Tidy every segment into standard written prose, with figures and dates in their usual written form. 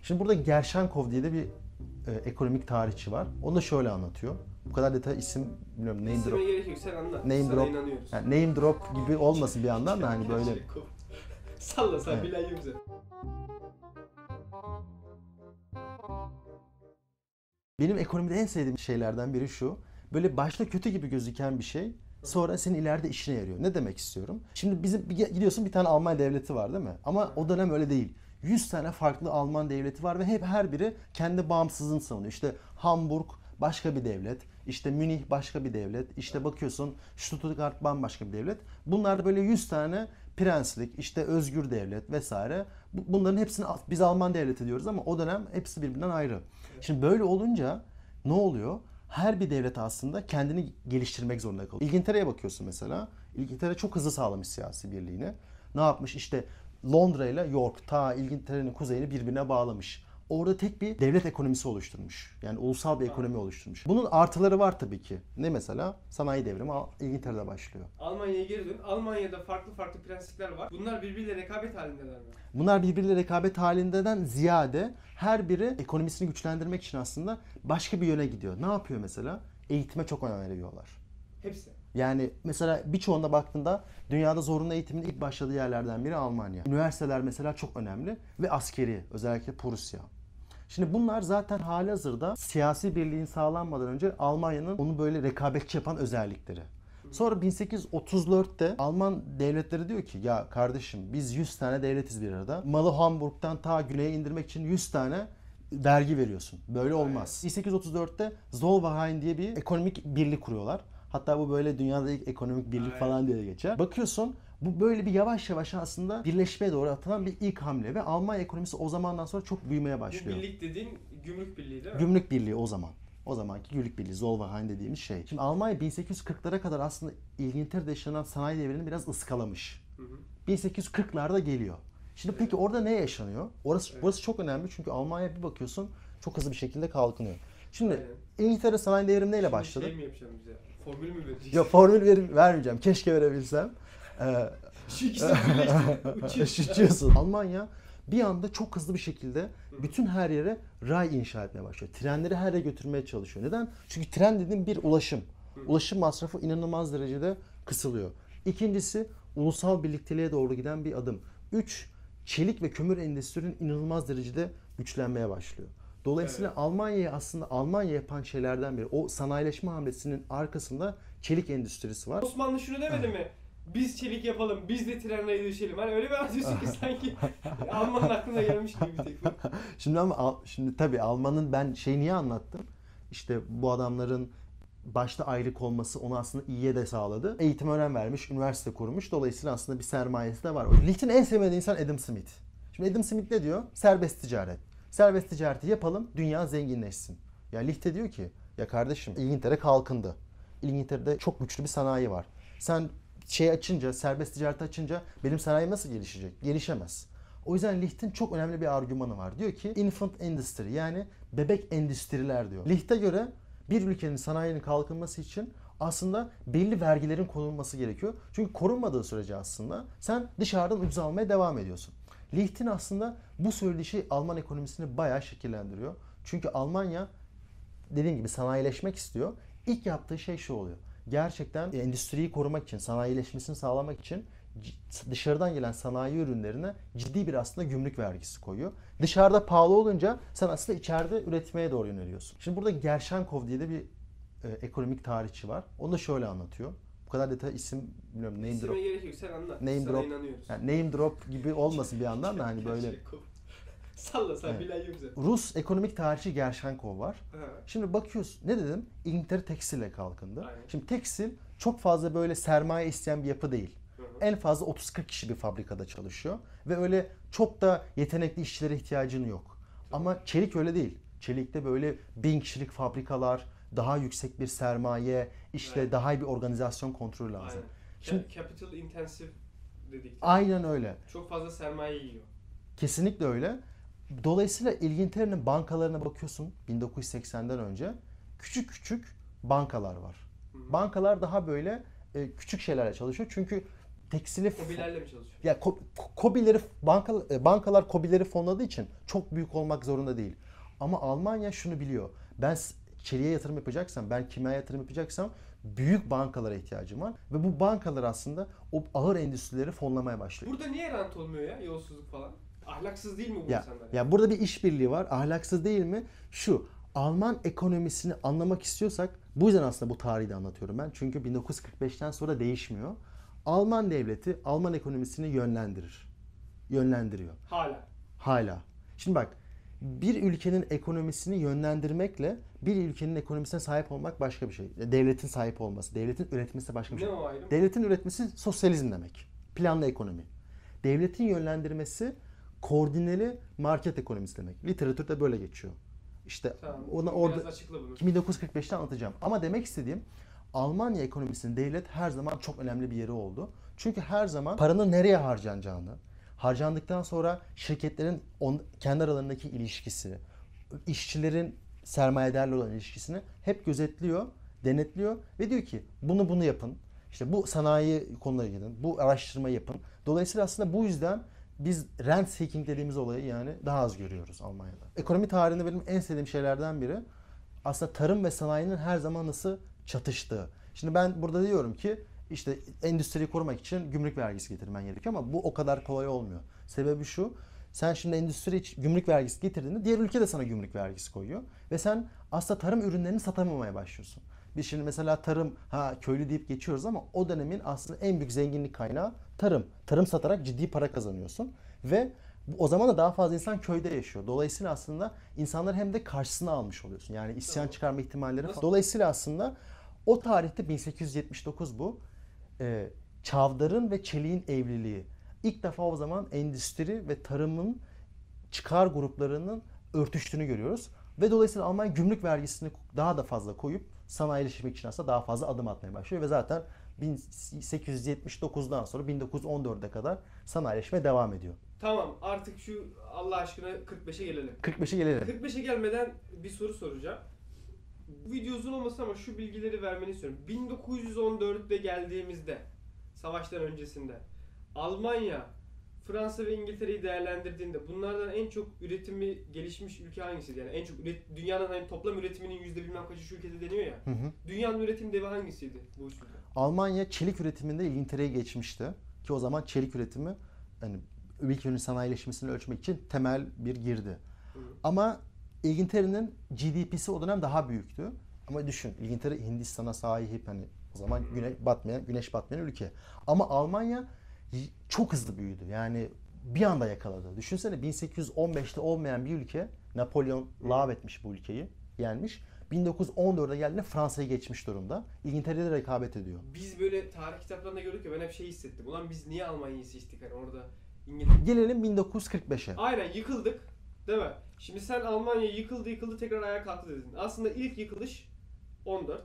Şimdi burada Gerschenkov diye de bir ekonomik tarihçi var. Onu da şöyle anlatıyor. Bu kadar detay isim bilmiyorum, name İsime drop. gerek yok, sen anlat. Name Sana drop. inanıyoruz. Yani name drop gibi olmasın bir yandan da hani böyle. Salla sen, Evet. bilen yok zaten. Benim ekonomide en sevdiğim şeylerden biri şu. Böyle başta kötü gibi gözüken bir şey sonra senin ileride işine yarıyor. Ne demek istiyorum? Şimdi gidiyorsun bir tane Alman devleti var değil mi? Ama o dönem öyle değil. 100 tane farklı Alman devleti var ve hep her biri kendi bağımsızlığını savunuyor. İşte Hamburg başka bir devlet, işte Münih başka bir devlet, işte bakıyorsun Stuttgart bambaşka bir devlet. Bunlar da böyle 100 tane prenslik, işte özgür devlet vesaire. Bunların hepsini biz Alman devleti diyoruz ama o dönem hepsi birbirinden ayrı. Şimdi böyle olunca ne oluyor? Her bir devlet aslında kendini geliştirmek zorunda kalıyor. İngiltere'ye bakıyorsun mesela. İngiltere çok hızlı sağlamış siyasi birliğini. Ne yapmış? İşte Londra ile York ta İngiltere'nin kuzeyini birbirine bağlamış. Orada tek bir devlet ekonomisi oluşturmuş. Yani ulusal bir ekonomi oluşturmuş. Bunun artıları var tabii ki. Ne mesela? Sanayi devrimi İngiltere'de başlıyor. Almanya'ya geri dön. Almanya'da farklı farklı prensipler var. Bunlar birbiriyle rekabet halindeler mi? Bunlar birbiriyle rekabet halindeden ziyade her biri ekonomisini güçlendirmek için aslında başka bir yöne gidiyor. Ne yapıyor mesela? Eğitime çok önem veriyorlar. Hepsi. Yani mesela birçoğuna baktığında dünyada zorunlu eğitimin ilk başladığı yerlerden biri Almanya. Üniversiteler mesela çok önemli ve askeri, özellikle Prusya. Şimdi bunlar zaten halihazırda siyasi birliğin sağlanmadan önce Almanya'nın onu böyle rekabetçi yapan özellikleri. Sonra 1834'te Alman devletleri diyor ki ya kardeşim biz 100 tane devletiz bir arada. Malı Hamburg'dan ta güneye indirmek için 100 tane vergi veriyorsun. Böyle olmaz. 1834'te Zollverein diye bir ekonomik birlik kuruyorlar. Hatta bu böyle dünyada ilk ekonomik birlik falan diye geçer. Bakıyorsun bu böyle bir yavaş yavaş aslında birleşmeye doğru atılan bir ilk hamle ve Almanya ekonomisi o zamandan sonra çok büyümeye Bu başlıyor. birlik dediğin gümrük birliği değil mi? Gümrük Birliği o zaman. O zamanki Gümrük Birliği, Zollverein dediğimiz şey. Şimdi Almanya 1840'lara kadar aslında İngiltere'de yaşanan sanayi devrini biraz ıskalamış. 1840'larda geliyor. Şimdi peki orada ne yaşanıyor? Burası çok önemli çünkü Almanya bir bakıyorsun çok hızlı bir şekilde kalkınıyor. Şimdi Aynen. İngiltere sanayi devrimi neyle Şimdi başladı? şey mi yapacaksın bize? Formül mü vereceksin? Ya formül vermeyeceğim. Keşke verebilsem. Şu ikisini birleştir. Uçuyorsun. Almanya bir anda çok hızlı bir şekilde bütün her yere ray inşa etmeye başlıyor. Trenleri her yere götürmeye çalışıyor. Neden? Çünkü tren dediğim bir ulaşım. Ulaşım masrafı inanılmaz derecede kısılıyor. İkincisi ulusal birlikteliğe doğru giden bir adım. 3. Çelik ve kömür endüstrinin inanılmaz derecede güçlenmeye başlıyor. Dolayısıyla Evet. Almanya'yı aslında Almanya yapan şeylerden biri. O sanayileşme hamlesinin arkasında çelik endüstrisi var. Osmanlı şunu demedi mi? Biz çelik yapalım, biz de trenle düşelim. Hani öyle bir anlatıyorsun ki sanki Alman'ın aklına gelmiş gibi bir tek bu. Şimdi tabii Alman'ın ben niye anlattım? İşte bu adamların başta ayrık olması onu aslında iyiye de sağladı. Eğitime önem vermiş, üniversite kurmuş. Dolayısıyla aslında bir sermayesi de var. Licht'in en sevmediği insan Adam Smith. Şimdi Adam Smith ne diyor? Serbest ticaret. Serbest ticareti yapalım, dünya zenginleşsin. Ya Licht'e diyor ki, ya kardeşim İngiltere kalkındı. İngiltere'de çok güçlü bir sanayi var. Sen serbest ticareti açınca benim sanayim nasıl gelişecek? Gelişemez. O yüzden Licht'in çok önemli bir argümanı var. Diyor ki infant industry yani bebek endüstriler diyor. Licht'e göre bir ülkenin sanayinin kalkınması için aslında belli vergilerin konulması gerekiyor. Çünkü korunmadığı sürece aslında sen dışarıdan ucuz almaya devam ediyorsun. Licht'in aslında bu söylediği şey Alman ekonomisini bayağı şekillendiriyor. Çünkü Almanya dediğim gibi sanayileşmek istiyor. İlk yaptığı şey şu oluyor. Gerçekten endüstriyi korumak için, sanayileşmesini sağlamak için dışarıdan gelen sanayi ürünlerine ciddi bir aslında gümrük vergisi koyuyor. Dışarıda pahalı olunca sen aslında içeride üretmeye doğru yöneliyorsun. Şimdi burada Gerschenkov diye de bir ekonomik tarihçi var. Onu da şöyle anlatıyor. Bu kadar detay isim bilmiyorum name İsime drop. gerek yok, sen anlat. Name Sana drop. inanıyoruz. Yani name drop gibi olmasın bir yandan da hani böyle. Salla sen, Evet. bilen yok zaten. Rus ekonomik tarihçi Gerschenkov var. Ha. Şimdi bakıyoruz ne dedim? İngiltere tekstille kalkındı. Aynen. Şimdi tekstil çok fazla böyle sermaye isteyen bir yapı değil. Hı hı. En fazla 30-40 kişi bir fabrikada çalışıyor. Ve öyle çok da yetenekli işçilere ihtiyacın yok. Ama çelik öyle değil. Çelikte böyle 1000 kişilik fabrikalar, daha yüksek bir sermaye, işte Evet. daha iyi bir organizasyon kontrolü lazım. Aynen. Şimdi Capital intensive dedik. aynen öyle. Çok fazla sermaye yiyor. Kesinlikle öyle. Dolayısıyla İngiltere'nin bankalarına bakıyorsun 1980'den önce küçük küçük bankalar var. Hı hı. Bankalar daha böyle küçük şeylerle çalışıyor. Çünkü tekstili Kobilerle mi çalışıyor? ya KOBİ'leri bankalar KOBİ'leri fonladığı için çok büyük olmak zorunda değil. Ama Almanya şunu biliyor. Ben çeliğe yatırım yapacaksam, ben kimyaya yatırım yapacaksam büyük bankalara ihtiyacım var ve bu bankalar aslında o ağır endüstrileri fonlamaya başlıyor. Burada niye rant olmuyor ya? Yolsuzluk falan. Ahlaksız değil mi bu Ya, insanlar? ya burada bir işbirliği var. Ahlaksız değil mi? Şu Alman ekonomisini anlamak istiyorsak bu yüzden aslında bu tarihi de anlatıyorum ben. Çünkü 1945'ten sonra değişmiyor. Alman devleti Alman ekonomisini yönlendirir. Yönlendiriyor. Hala. Şimdi bak bir ülkenin ekonomisini yönlendirmekle bir ülkenin ekonomisine sahip olmak başka bir şey. Devletin sahip olması, devletin üretmesi başka bir şey. Ne o ayrım? Devletin üretmesi sosyalizm demek. Planlı ekonomi. Devletin yönlendirmesi koordineli market ekonomisi demek. Literatürde böyle geçiyor. İşte Tamam. ona Biraz orada açıkla bunu. 1945'te anlatacağım. Ama demek istediğim Almanya ekonomisinin devlet her zaman çok önemli bir yeri oldu. Çünkü her zaman paranın nereye harcanacağını, harcandıktan sonra şirketlerin kendi aralarındaki ilişkisi, işçilerin sermayedarla olan ilişkisini hep gözetliyor, denetliyor ve diyor ki bunu yapın. İşte bu sanayi konuları gidin, bu araştırmayı yapın. Dolayısıyla aslında bu yüzden biz rent seeking dediğimiz olayı yani daha az görüyoruz Almanya'da. Ekonomi tarihinde benim en sevdiğim şeylerden biri aslında tarım ve sanayinin her zaman nasıl çatıştığı. Şimdi ben burada diyorum ki işte endüstriyi korumak için gümrük vergisi getirmen gerekiyor ama bu o kadar kolay olmuyor. Sebebi şu, sen şimdi endüstri için gümrük vergisi getirdiğinde diğer ülke de sana gümrük vergisi koyuyor. Ve sen aslında tarım ürünlerini satamamaya başlıyorsun. Biz şimdi mesela tarım, köylü deyip geçiyoruz ama o dönemin aslında en büyük zenginlik kaynağı tarım. Tarım satarak ciddi para kazanıyorsun. Ve o zaman da daha fazla insan köyde yaşıyor. Dolayısıyla aslında insanlar hem de karşısına almış oluyorsun. Yani isyan çıkarma ihtimalleri falan. Dolayısıyla aslında o tarihte 1879 bu. Çavdarın ve çeliğin evliliği. İlk defa o zaman endüstri ve tarımın çıkar gruplarının örtüştüğünü görüyoruz. Ve dolayısıyla Almanya gümrük vergisini daha da fazla koyup sanayileşmek için aslında daha fazla adım atmaya başlıyor. Ve zaten 1879'dan sonra 1914'e kadar sanayileşme devam ediyor. Tamam artık şu Allah aşkına 45'e gelelim. 45'e gelelim. 45'e gelmeden bir soru soracağım. Bu video uzun olmasın ama şu bilgileri vermeni istiyorum. 1914'te geldiğimizde, savaştan öncesinde Almanya, Fransa ve İngiltere'yi değerlendirdiğinde bunlardan en çok üretimi gelişmiş ülke hangisiydi? Yani en çok dünyanın hani toplam üretiminin %bilmem kaçı şu ülkede deniyor ya. Dünyanın üretim devi hangisiydi bu ülkede? Almanya çelik üretiminde İngiltere'yi geçmişti. Ki o zaman çelik üretimi hani ülkenin sanayileşmesini ölçmek için temel bir girdi. Ama İngiltere'nin GDP'si o dönem daha büyüktü. Ama düşün İngiltere Hindistan'a sahip hani o zaman güneş batmayan ülke. Ama Almanya çok hızlı büyüdü. Yani bir anda yakaladı. Düşünsene 1815'te olmayan bir ülke Napolyon lağvetmiş bu ülkeyi, yenmiş. 1914'e geldiğinde Fransa'yı geçmiş durumda. İngiltere'de rekabet ediyor. Biz böyle tarih kitaplarında gördük ya ben hep şey hissettim. Ulan biz niye Almanya'yı seçtik hani orada İngiltere. Gelelim 1945'e. Aynen yıkıldık. Değil mi? Şimdi sen Almanya yıkıldı tekrar ayağa kalktı dedin. Aslında ilk yıkılış 14.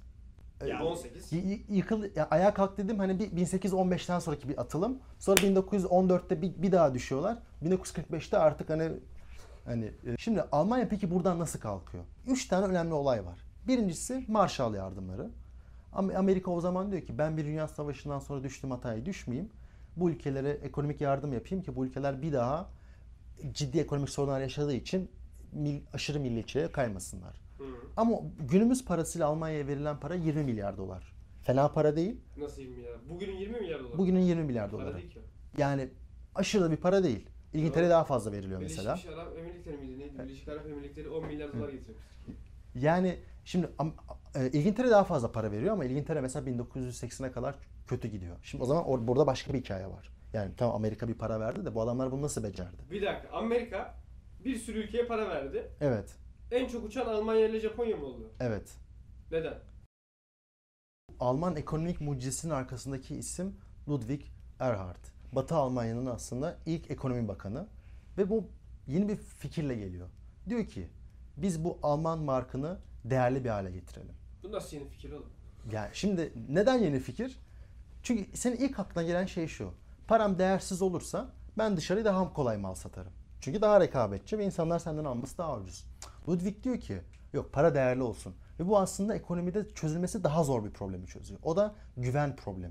Yani 18. Ayağa kalk dedim hani 1815'ten sonraki bir atılım. Sonra 1914'te bir daha düşüyorlar. 1945'te artık hani şimdi Almanya peki buradan nasıl kalkıyor? 3 tane önemli olay var. Birincisi Marshall yardımları. Amerika o zaman diyor ki ben bir dünya savaşından sonra düştüğüm hataya düşmeyeyim. Bu ülkelere ekonomik yardım yapayım ki bu ülkeler bir daha ciddi ekonomik sorunlar yaşadığı için aşırı milliyetçiliğe kaymasınlar. Ama günümüz parasıyla Almanya'ya verilen para 20 milyar dolar. Fena para değil. Nasıl 20 milyar? Bugünün 20 milyar doları. Bugünün 20 milyar Para doları. değil ki. Yani aşırı da bir para değil. İngiltere daha fazla veriliyor mesela. Birleşmiş Arap Emirlikleri miydi? Neydi? Birleşik Arap Emirlikleri 10 milyar dolar getirmiş. Yani şimdi İngiltere daha fazla para veriyor ama İngiltere mesela 1980'e kadar kötü gidiyor. Şimdi o zaman burada başka bir hikaye var. Yani tamam Amerika bir para verdi de bu adamlar bunu nasıl becerdi? Bir dakika. Amerika bir sürü ülkeye para verdi. Evet. En çok uçan Almanya ile Japonya mı oldu? Evet. Neden? Alman ekonomik mucizesinin arkasındaki isim Ludwig Erhard. Batı Almanya'nın aslında ilk ekonomi bakanı ve bu yeni bir fikirle geliyor. Diyor ki biz bu Alman markını değerli bir hale getirelim. Bu nasıl yeni fikir oğlum? Yani şimdi neden yeni fikir? Çünkü senin ilk aklına gelen şey şu. Param değersiz olursa ben dışarıya daha kolay mal satarım. Çünkü daha rekabetçi ve insanlar senden alması daha ucuz. Ludwig diyor ki yok para değerli olsun. Ve bu aslında ekonomide çözülmesi daha zor bir problemi çözüyor. O da güven problemi.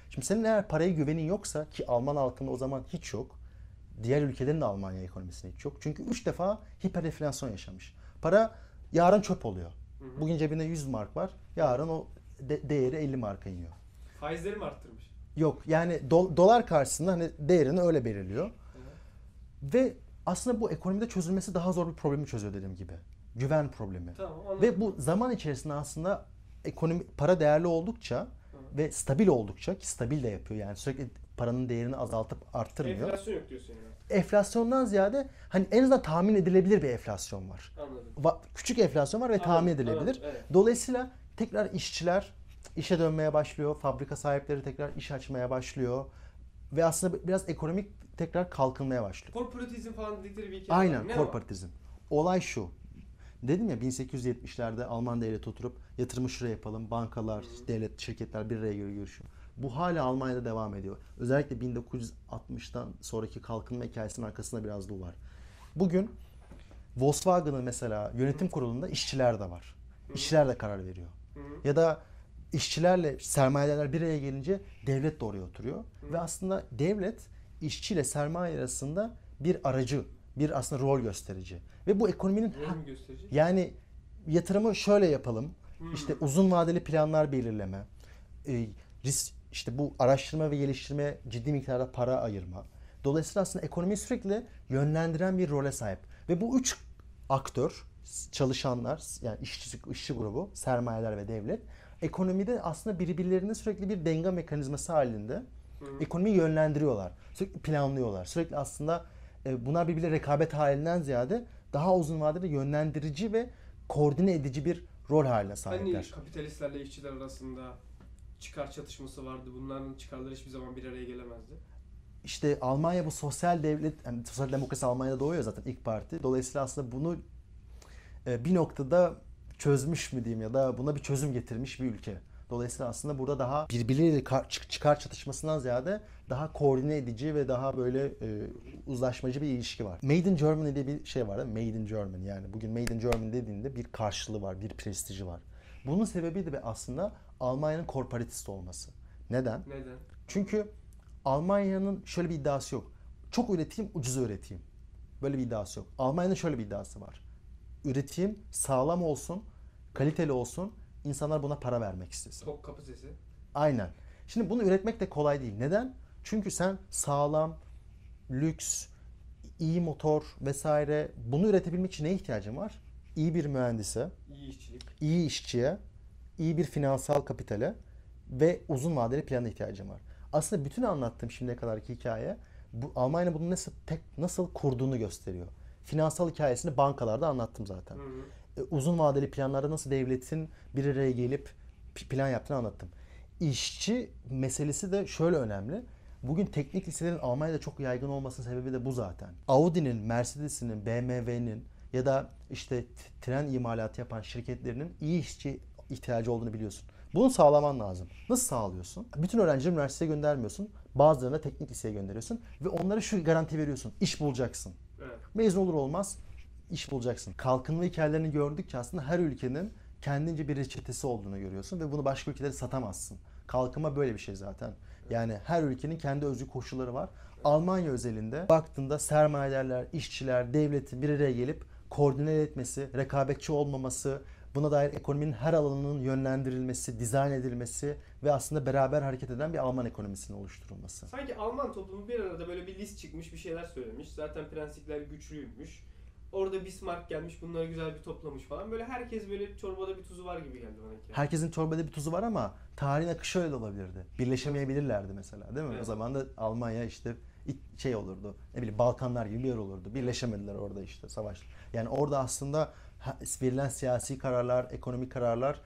Şimdi senin eğer paraya güvenin yoksa, ki Alman halkında o zaman hiç yok. Diğer ülkelerin de Almanya ekonomisinde hiç yok. Çünkü 3 defa hiperenflasyon yaşamış. Para yarın çöp oluyor. Bugün cebinde 100 mark var. Yarın o değeri 50 marka iniyor. Faizleri mi arttırmış? Yok yani dolar karşısında hani değerini öyle belirliyor. Ve aslında bu ekonomide çözülmesi daha zor bir problemi çözüyor dediğim gibi. Güven problemi. Tamam, anladım. Ve bu zaman içerisinde aslında para değerli oldukça ve stabil oldukça, ki stabil de yapıyor yani, sürekli paranın değerini azaltıp arttırmıyor. Enflasyon yok diyorsun yani. Enflasyondan ziyade hani en azından tahmin edilebilir bir enflasyon var. Anladım. Küçük enflasyon var ve tahmin edilebilir. Anladım, evet. Dolayısıyla tekrar işçiler işe dönmeye başlıyor. Fabrika sahipleri tekrar iş açmaya başlıyor. Ve aslında biraz ekonomik tekrar kalkınmaya başlıyor. Korporatizm falan dedikleri bir hikaye var. Aynen, Ne korporatizm. Olay şu. Dedim ya 1870'lerde Alman devleti oturup yatırımı şuraya yapalım. Bankalar, devlet, şirketler bir araya görüşüyor. Bu hala Almanya'da devam ediyor. Özellikle 1960'tan sonraki kalkınma hikayesinin arkasında biraz da var. Bugün Volkswagen'ın mesela yönetim kurulunda işçiler de var. İşçiler de karar veriyor. Ya da işçilerle sermayeler bir araya gelince devlet de oraya oturuyor. Ve aslında devlet işçiyle sermaye arasında bir aracı, bir aslında rol gösterici. Ve bu ekonominin yani yatırımı şöyle yapalım. İşte uzun vadeli planlar belirleme, işte bu araştırma ve geliştirmeye ciddi miktarda para ayırma. Dolayısıyla aslında ekonomiyi sürekli yönlendiren bir role sahip. Ve bu üç aktör, çalışanlar, yani işçi grubu, sermayeler ve devlet, ekonomide aslında birbirlerine sürekli bir denge mekanizması halinde ekonomiyi yönlendiriyorlar. Sürekli planlıyorlar. Sürekli aslında bunlar birbirle rekabet halinden ziyade daha uzun vadede yönlendirici ve koordine edici bir rol haline sahipler. Hani kapitalistlerle işçiler arasında çıkar çatışması vardı. Bunların çıkarları hiçbir zaman bir araya gelemezdi. İşte Almanya bu sosyal devlet, yani sosyal demokrasi Almanya'da doğuyor zaten ilk parti. Dolayısıyla aslında bunu bir noktada çözmüş mü diyeyim ya da buna bir çözüm getirmiş bir ülke. Dolayısıyla aslında burada daha birbirleriyle çıkar çatışmasından ziyade daha koordine edici ve daha böyle uzlaşmacı bir ilişki var. Made in Germany diye bir şey var değil mi? Made in Germany, yani bugün Made in Germany dediğinde bir karşılığı var, bir prestiji var. Bunun sebebi de aslında Almanya'nın korporatist olması. Neden? Neden? Çünkü Almanya'nın şöyle bir iddiası yok. Çok üreteyim, ucuz üreteyim. Böyle bir iddiası yok. Almanya'nın şöyle bir iddiası var. Üreteyim sağlam olsun, kaliteli olsun, insanlar buna para vermek istesin. Tok kapasitesi. Aynen. Şimdi bunu üretmek de kolay değil. Neden? Çünkü sen sağlam, lüks, iyi motor vesaire, bunu üretebilmek için neye ihtiyacın var? İyi bir mühendise, İyi işçilik. iyi işçiye, iyi bir finansal kapitale ve uzun vadeli plana ihtiyacın var. Aslında bütün anlattığım şimdiye kadarki hikaye bu Almanya bunu nasıl kurduğunu gösteriyor. Finansal hikayesini bankalarda anlattım zaten. Uzun vadeli planlarda nasıl devletin bir araya gelip plan yaptığını anlattım. İşçi meselesi de şöyle önemli. Bugün teknik liselerin Almanya'da çok yaygın olmasının sebebi de bu zaten. Audi'nin, Mercedes'in, BMW'nin ya da işte tren imalatı yapan şirketlerinin iyi işçi ihtiyacı olduğunu biliyorsun. Bunu sağlaman lazım. Nasıl sağlıyorsun? Bütün öğrencileri üniversiteye göndermiyorsun. Bazılarına teknik liseye gönderiyorsun. Ve onlara şu garanti veriyorsun. İş bulacaksın. Evet. Mezun olur olmaz iş bulacaksın. Kalkınma hikayelerini gördükçe aslında her ülkenin kendince bir reçetesi olduğunu görüyorsun. Ve bunu başka ülkelere satamazsın. Kalkınma böyle bir şey zaten. Yani her ülkenin kendi özgü koşulları var. Almanya özelinde baktığında sermayelerler, işçiler, devletin bir araya gelip koordine etmesi, rekabetçi olmaması, buna dair ekonominin her alanının yönlendirilmesi, dizayn edilmesi ve aslında beraber hareket eden bir Alman ekonomisinin oluşturulması. Sanki Alman toplumu bir arada böyle bir list çıkmış, bir şeyler söylemiş. Zaten prensipler güçlüymüş. Orada Bismarck gelmiş, bunları güzel bir toplamış falan. Böyle herkes böyle çorbada bir tuzu var gibi geldi bana. Herkesin çorbada bir tuzu var ama tarihin akışı öyle de olabilirdi. Birleşemeyebilirlerdi mesela, değil mi? Evet. O zaman da Almanya işte şey olurdu. Ne bileyim Balkanlar gibi bir yer olurdu. Birleşemediler orada işte savaş. Yani orada aslında verilen siyasi kararlar, ekonomik kararlar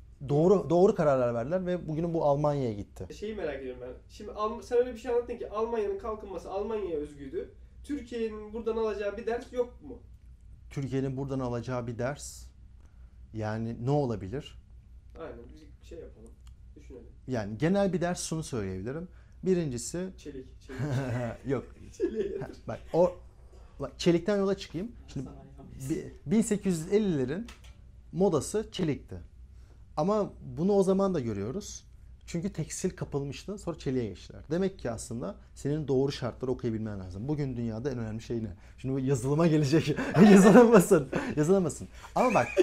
doğru kararlar verdiler ve bugünün bu Almanya'ya gitti. Şeyi merak ediyorum ben. Şimdi sen öyle bir şey anlattın ki Almanya'nın kalkınması Almanya'ya özgüydü. Türkiye'nin buradan alacağı bir ders yok mu? Türkiye'nin buradan alacağı bir ders yani ne olabilir? Aynen, bir şey yapalım. Düşünelim. Yani genel bir ders şunu söyleyebilirim. Birincisi Çelik. yok. Çeliğe Bak çelikten yola çıkayım. Şimdi 1850'lerin modası çelikti. Ama bunu o zaman da görüyoruz. Çünkü tekstil kapılmıştı, sonra çeliğe geçtiler. Demek ki aslında senin doğru şartları okuyabilmen lazım. Bugün dünyada en önemli şey ne? Şimdi bu yazılıma gelecek. Yazılamasın. Yazılamasın. Ama bak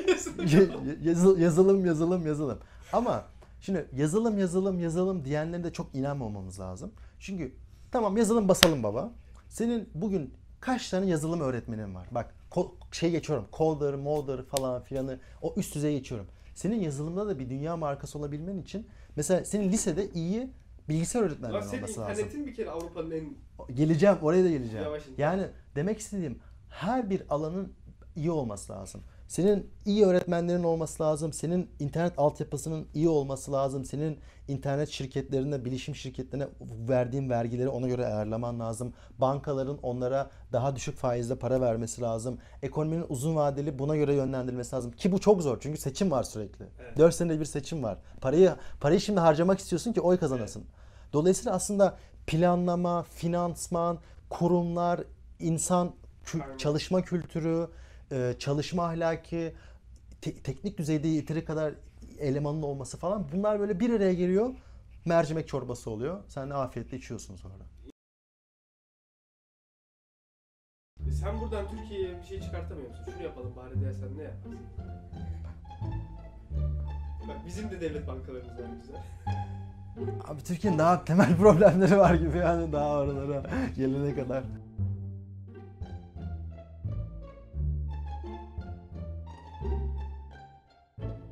yazılım. Ama şimdi yazılım diyenlere de çok inanmamamız lazım. Çünkü tamam yazılım basalım baba. Senin bugün kaç tane yazılım öğretmenin var? Bak geçiyorum. Coder falan filanı o üst düzeye geçiyorum. Senin yazılımda da bir dünya markası olabilmen için mesela senin lisede iyi bilgisayar öğretmenleri Senin olması lazım. internetin bir kere Avrupa'nın en Geleceğim, oraya da geleceğim. yavaş internet. Yani demek istediğim her bir alanın iyi olması lazım. Senin iyi öğretmenlerin olması lazım. Senin internet altyapısının iyi olması lazım. Senin internet şirketlerine, bilişim şirketlerine verdiğin vergileri ona göre ayarlaman lazım. Bankaların onlara daha düşük faizle para vermesi lazım. Ekonominin uzun vadeli buna göre yönlendirilmesi lazım. Ki bu çok zor çünkü seçim var sürekli. Evet. 4 senede bir seçim var. Parayı şimdi harcamak istiyorsun ki oy kazanasın. Dolayısıyla aslında planlama, finansman, kurumlar, insan çalışma kültürü, çalışma ahlaki, teknik düzeyde yeteri kadar elemanın olması falan bunlar böyle bir araya geliyor. Mercimek çorbası oluyor. Sen de afiyetle içiyorsun sonra. Sen buradan Türkiye'ye bir şey çıkartamıyor musun? Şunu yapalım bari dersen ne yaparsın? Bak bizim de devlet bankalarımız var güzel. Abi Türkiye'nin daha temel problemleri var gibi yani daha oralara gelene kadar.